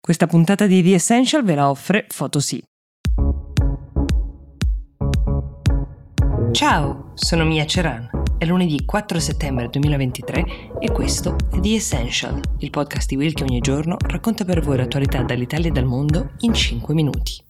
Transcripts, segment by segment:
Questa puntata di The Essential ve la offre Photosea. Ciao, sono Mia Ceran. È lunedì 4 settembre 2023 e questo è The Essential, il podcast di Will che ogni giorno racconta per voi l'attualità dall'Italia e dal mondo in 5 minuti.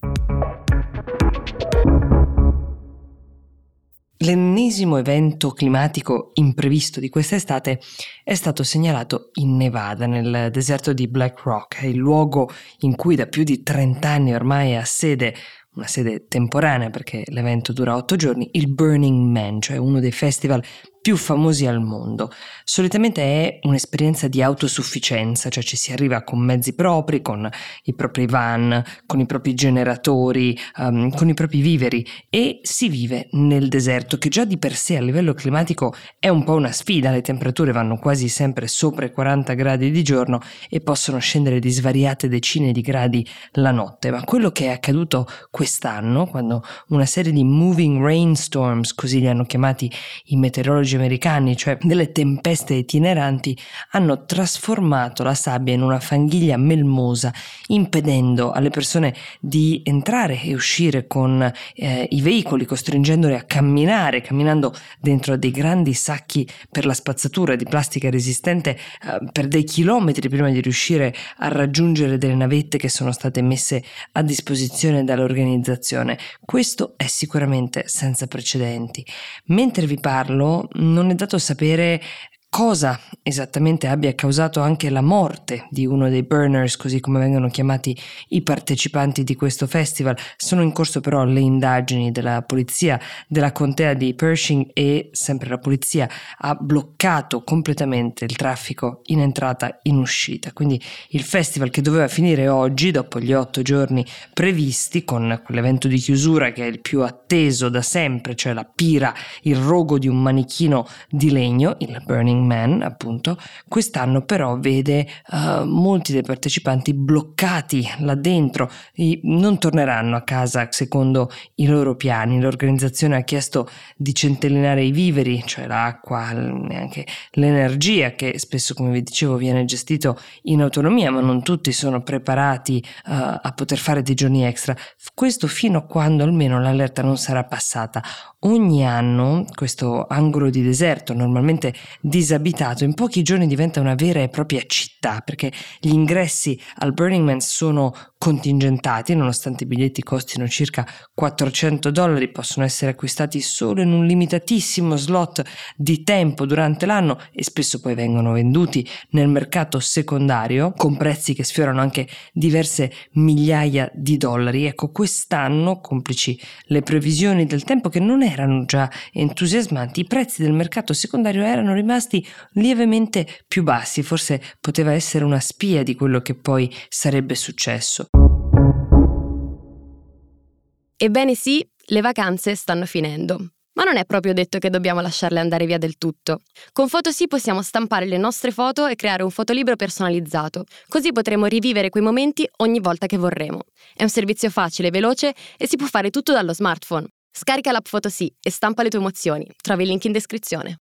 L'ennesimo evento climatico imprevisto di quest'estate è stato segnalato in Nevada, nel deserto di Black Rock, il luogo in cui da più di 30 anni ormai ha sede, una sede temporanea perché l'evento dura 8 giorni, il Burning Man, cioè uno dei festival più famosi al mondo. Solitamente è un'esperienza di autosufficienza, cioè ci si arriva con mezzi propri, con i propri van, con i propri generatori, con i propri viveri e si vive nel deserto che già di per sé a livello climatico è un po' una sfida. Le temperature vanno quasi sempre sopra i 40 gradi di giorno e possono scendere di svariate decine di gradi la notte, ma quello che è accaduto quest'anno, quando una serie di moving rainstorms, così li hanno chiamati i meteorologi americani, cioè delle tempeste itineranti, hanno trasformato la sabbia in una fanghiglia melmosa, impedendo alle persone di entrare e uscire con i veicoli, costringendoli a camminando dentro dei grandi sacchi per la spazzatura di plastica resistente per dei chilometri prima di riuscire a raggiungere delle navette che sono state messe a disposizione dall'organizzazione. Questo è sicuramente senza precedenti. Mentre vi parlo, non è dato sapere cosa esattamente abbia causato anche la morte di uno dei burners, così come vengono chiamati i partecipanti di questo festival. Sono in corso però le indagini della polizia della contea di Pershing e sempre la polizia ha bloccato completamente il traffico in entrata e in uscita. Quindi il festival, che doveva finire oggi dopo gli 8 giorni previsti, con quell'evento di chiusura che è il più atteso da sempre, cioè la pira, il rogo di un manichino di legno, il Burning Man appunto, quest'anno però vede molti dei partecipanti bloccati là dentro, non torneranno a casa secondo i loro piani. L'organizzazione ha chiesto di centellinare i viveri, cioè l'acqua e anche l'energia, che spesso, come vi dicevo, viene gestito in autonomia, ma non tutti sono preparati a poter fare dei giorni extra. Questo fino a quando almeno l'allerta non sarà passata. Ogni anno questo angolo di deserto, normalmente disabitato, in pochi giorni diventa una vera e propria città, perché gli ingressi al Burning Man sono contingentati. Nonostante i biglietti costino circa $400, possono essere acquistati solo in un limitatissimo slot di tempo durante l'anno e spesso poi vengono venduti nel mercato secondario con prezzi che sfiorano anche diverse migliaia di dollari. Ecco, quest'anno, complici le previsioni del tempo che non erano già entusiasmanti, i prezzi del mercato secondario erano rimasti lievemente più bassi. Forse poteva essere una spia di quello che poi sarebbe successo. Ebbene sì, le vacanze stanno finendo. Ma non è proprio detto che dobbiamo lasciarle andare via del tutto. Con Photosea possiamo stampare le nostre foto e creare un fotolibro personalizzato, così potremo rivivere quei momenti ogni volta che vorremo. È un servizio facile, veloce e si può fare tutto dallo smartphone. Scarica l'app Photosea e stampa le tue emozioni. Trovi il link in descrizione.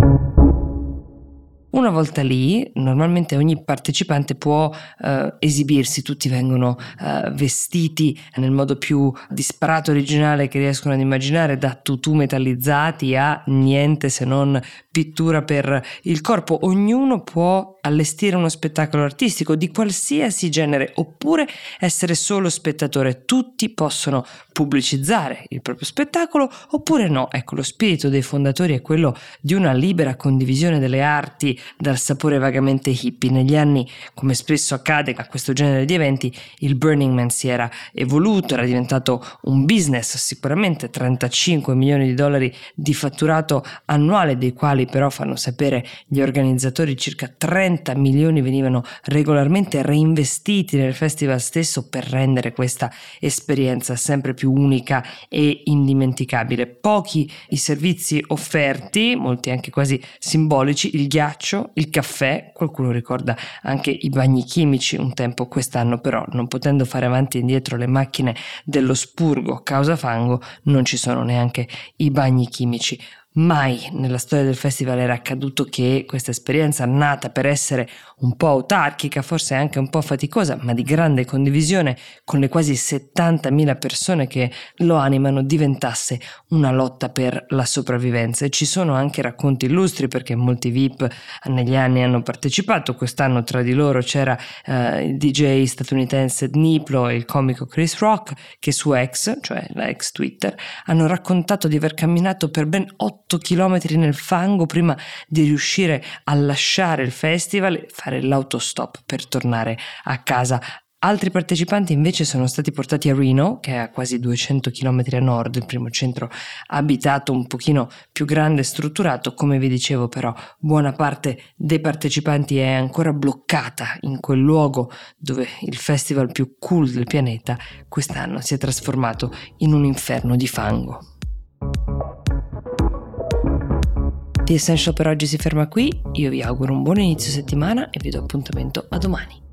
Una volta lì, normalmente ogni partecipante può esibirsi, tutti vengono vestiti nel modo più disparato originale che riescono ad immaginare, da tutù metallizzati a niente se non pittura per il corpo. Ognuno può allestire uno spettacolo artistico di qualsiasi genere oppure essere solo spettatore. Tutti possono pubblicizzare il proprio spettacolo oppure no. Ecco, lo spirito dei fondatori è quello di una libera condivisione delle arti dal sapore vagamente hippie. Negli anni, come spesso accade a questo genere di eventi, il Burning Man si era evoluto, era diventato un business, sicuramente $35 milioni di fatturato annuale, dei quali però, fanno sapere gli organizzatori, circa 30 milioni venivano regolarmente reinvestiti nel festival stesso per rendere questa esperienza sempre più unica e indimenticabile. Pochi i servizi offerti, molti anche quasi simbolici: il ghiaccio, il caffè, qualcuno ricorda anche i bagni chimici un tempo. Quest'anno però, non potendo fare avanti e indietro le macchine dello spurgo causa fango, non ci sono neanche i bagni chimici. Mai nella storia del festival era accaduto che questa esperienza, nata per essere un po' autarchica, forse anche un po' faticosa, ma di grande condivisione con le quasi 70.000 persone che lo animano, diventasse una lotta per la sopravvivenza. E ci sono anche racconti illustri, perché molti VIP negli anni hanno partecipato. Quest'anno tra di loro c'era il DJ statunitense Dnipro e il comico Chris Rock, che su X, cioè la ex Twitter, hanno raccontato di aver camminato per ben 8 chilometri nel fango prima di riuscire a lasciare il festival e fare l'autostop per tornare a casa. Altri partecipanti invece sono stati portati a Reno, che è a quasi 200 km a nord, il primo centro abitato un pochino più grande e strutturato. Come vi dicevo, però, buona parte dei partecipanti è ancora bloccata in quel luogo dove il festival più cool del pianeta quest'anno si è trasformato in un inferno di fango. The Essential per oggi si ferma qui, io vi auguro un buon inizio settimana e vi do appuntamento a domani.